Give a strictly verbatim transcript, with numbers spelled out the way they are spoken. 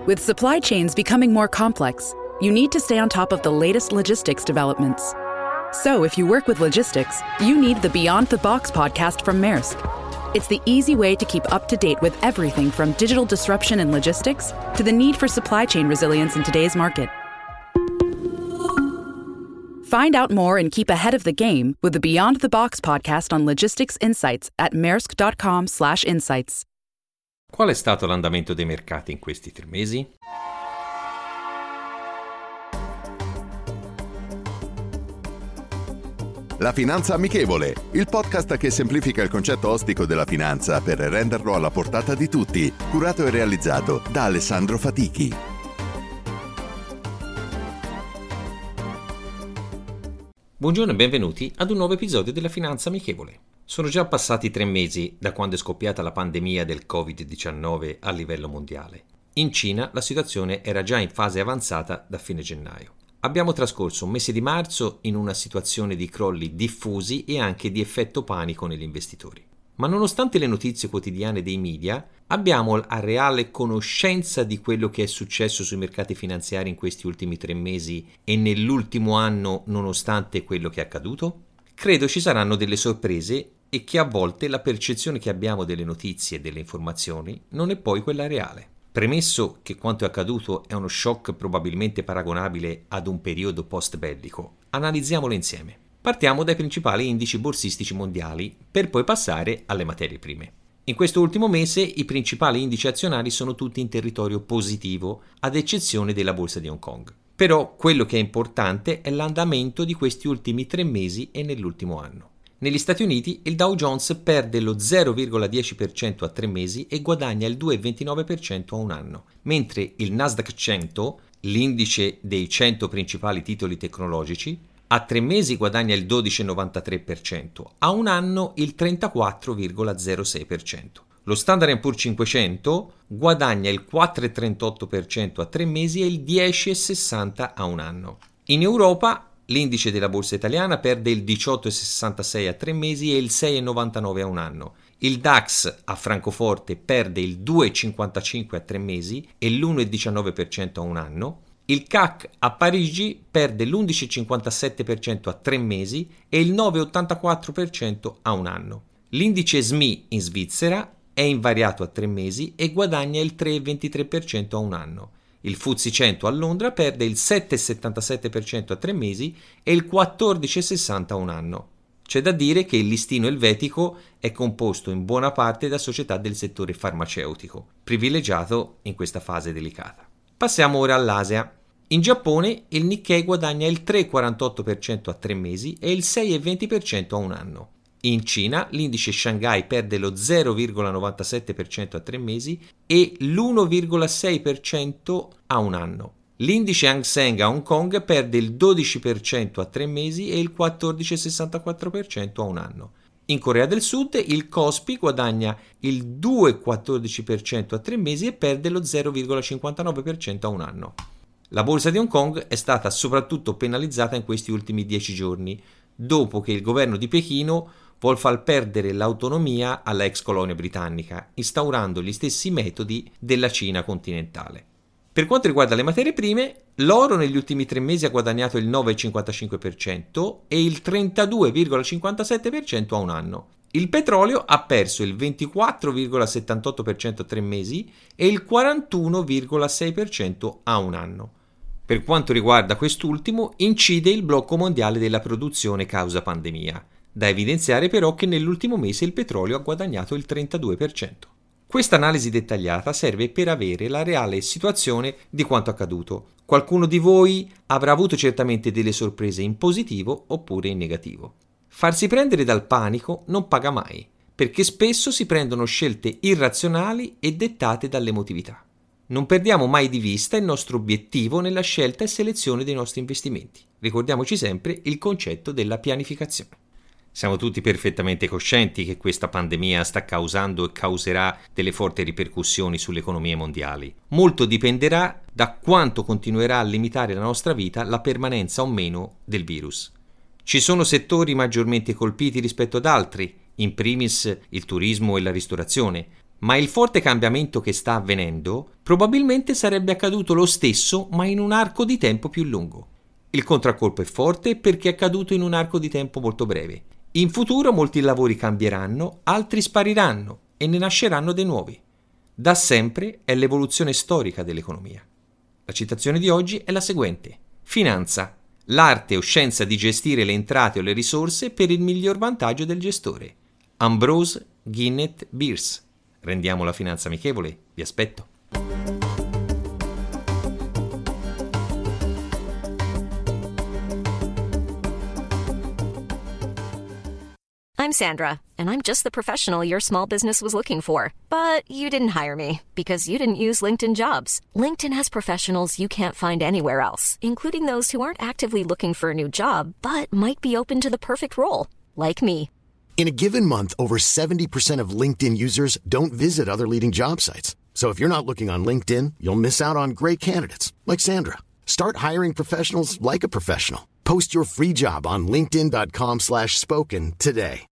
With supply chains becoming more complex, you need to stay on top of the latest logistics developments. So if you work with logistics, you need the Beyond the Box podcast from Maersk. It's the easy way to keep up to date with everything from digital disruption in logistics to the need for supply chain resilience in today's market. Find out more and keep ahead of the game with the Beyond the Box podcast on logistics insights at maersk.com slash insights. Qual è stato l'andamento dei mercati in questi tre mesi? La Finanza Amichevole, il podcast che semplifica il concetto ostico della finanza per renderlo alla portata di tutti, curato e realizzato da Alessandro Fatichi. Buongiorno e benvenuti ad un nuovo episodio della Finanza Amichevole. Sono già passati tre mesi da quando è scoppiata la pandemia del covid diciannove a livello mondiale. In Cina la situazione era già in fase avanzata da fine gennaio. Abbiamo trascorso un mese di marzo in una situazione di crolli diffusi e anche di effetto panico negli investitori. Ma nonostante le notizie quotidiane dei media, abbiamo la reale conoscenza di quello che è successo sui mercati finanziari in questi ultimi tre mesi e nell'ultimo anno nonostante quello che è accaduto? Credo ci saranno delle sorprese e che a volte la percezione che abbiamo delle notizie e delle informazioni non è poi quella reale. Premesso che quanto è accaduto è uno shock probabilmente paragonabile ad un periodo post-bellico, analizziamolo insieme. Partiamo dai principali indici borsistici mondiali per poi passare alle materie prime. In questo ultimo mese i principali indici azionari sono tutti in territorio positivo, ad eccezione della borsa di Hong Kong. Però quello che è importante è l'andamento di questi ultimi tre mesi e nell'ultimo anno. Negli Stati Uniti il Dow Jones perde lo zero virgola dieci per cento a tre mesi e guadagna il due virgola ventinove per cento a un anno, mentre il Nasdaq cento, l'indice dei cento principali titoli tecnologici, a tre mesi guadagna il dodici virgola novantatré per cento, a un anno il trentaquattro virgola zero sei per cento. Lo Standard and Poor's cinquecento guadagna il quattro virgola trentotto per cento a tre mesi e il dieci virgola sessanta per cento a un anno. In Europa l'indice della borsa italiana perde il diciotto virgola sessantasei a tre mesi e il sei virgola novantanove a un anno. Il DAX a Francoforte perde il due virgola cinquantacinque a tre mesi e l'uno virgola diciannove per cento a un anno. Il C A C a Parigi perde l'undici virgola cinquantasette per cento a tre mesi e il nove virgola ottantaquattro per cento a un anno. L'indice S M I in Svizzera è invariato a tre mesi e guadagna il tre virgola ventitré per cento a un anno. Il F T S E cento a Londra perde il sette virgola settantasette per cento a tre mesi e il quattordici virgola sessanta per cento a un anno. C'è da dire che il listino elvetico è composto in buona parte da società del settore farmaceutico, privilegiato in questa fase delicata. Passiamo ora all'Asia. In Giappone il Nikkei guadagna il tre virgola quarantotto per cento a tre mesi e il sei virgola venti per cento a un anno. In Cina l'indice Shanghai perde lo zero virgola novantasette per cento a tre mesi e l'uno virgola sei per cento a un anno. L'indice Hang Seng a Hong Kong perde il dodici per cento a tre mesi e il quattordici virgola sessantaquattro per cento a un anno. In Corea del Sud il Kospi guadagna il due virgola quattordici per cento a tre mesi e perde lo zero virgola cinquantanove per cento a un anno. La borsa di Hong Kong è stata soprattutto penalizzata in questi ultimi dieci giorni, dopo che il governo di Pechino vuol far perdere l'autonomia alla ex colonia britannica, instaurando gli stessi metodi della Cina continentale. Per quanto riguarda le materie prime, l'oro negli ultimi tre mesi ha guadagnato il nove virgola cinquantacinque per cento e il trentadue virgola cinquantasette per cento a un anno. Il petrolio ha perso il ventiquattro virgola settantotto per cento a tre mesi e il quarantuno virgola sei per cento a un anno. Per quanto riguarda quest'ultimo, incide il blocco mondiale della produzione causa pandemia. Da evidenziare però che nell'ultimo mese il petrolio ha guadagnato il trentadue per cento. Questa analisi dettagliata serve per avere la reale situazione di quanto accaduto. Qualcuno di voi avrà avuto certamente delle sorprese in positivo oppure in negativo. Farsi prendere dal panico non paga mai, perché spesso si prendono scelte irrazionali e dettate dall'emotività. Non perdiamo mai di vista il nostro obiettivo nella scelta e selezione dei nostri investimenti. Ricordiamoci sempre il concetto della pianificazione. Siamo tutti perfettamente coscienti che questa pandemia sta causando e causerà delle forti ripercussioni sulle economie mondiali. Molto dipenderà da quanto continuerà a limitare la nostra vita la permanenza o meno del virus. Ci sono settori maggiormente colpiti rispetto ad altri, in primis il turismo e la ristorazione, Ma il forte cambiamento che sta avvenendo probabilmente sarebbe accaduto lo stesso, ma in un arco di tempo più lungo. Il contraccolpo è forte perché è accaduto in un arco di tempo molto breve. In futuro molti lavori cambieranno, altri spariranno e ne nasceranno dei nuovi. Da sempre è l'evoluzione storica dell'economia. La citazione di oggi è la seguente: finanza, l'arte o scienza di gestire le entrate o le risorse per il miglior vantaggio del gestore. Ambrose Ginnett Bierce. Rendiamo la finanza amichevole, vi aspetto. I'm Sandra, and I'm just the professional your small business was looking for. But you didn't hire me because you didn't use LinkedIn Jobs. LinkedIn has professionals you can't find anywhere else, including those who aren't actively looking for a new job, but might be open to the perfect role, like me. In a given month, over seventy percent of LinkedIn users don't visit other leading job sites. So if you're not looking on LinkedIn, you'll miss out on great candidates like Sandra. Start hiring professionals like a professional. Post your free job on linkedin dot com slash spoken today.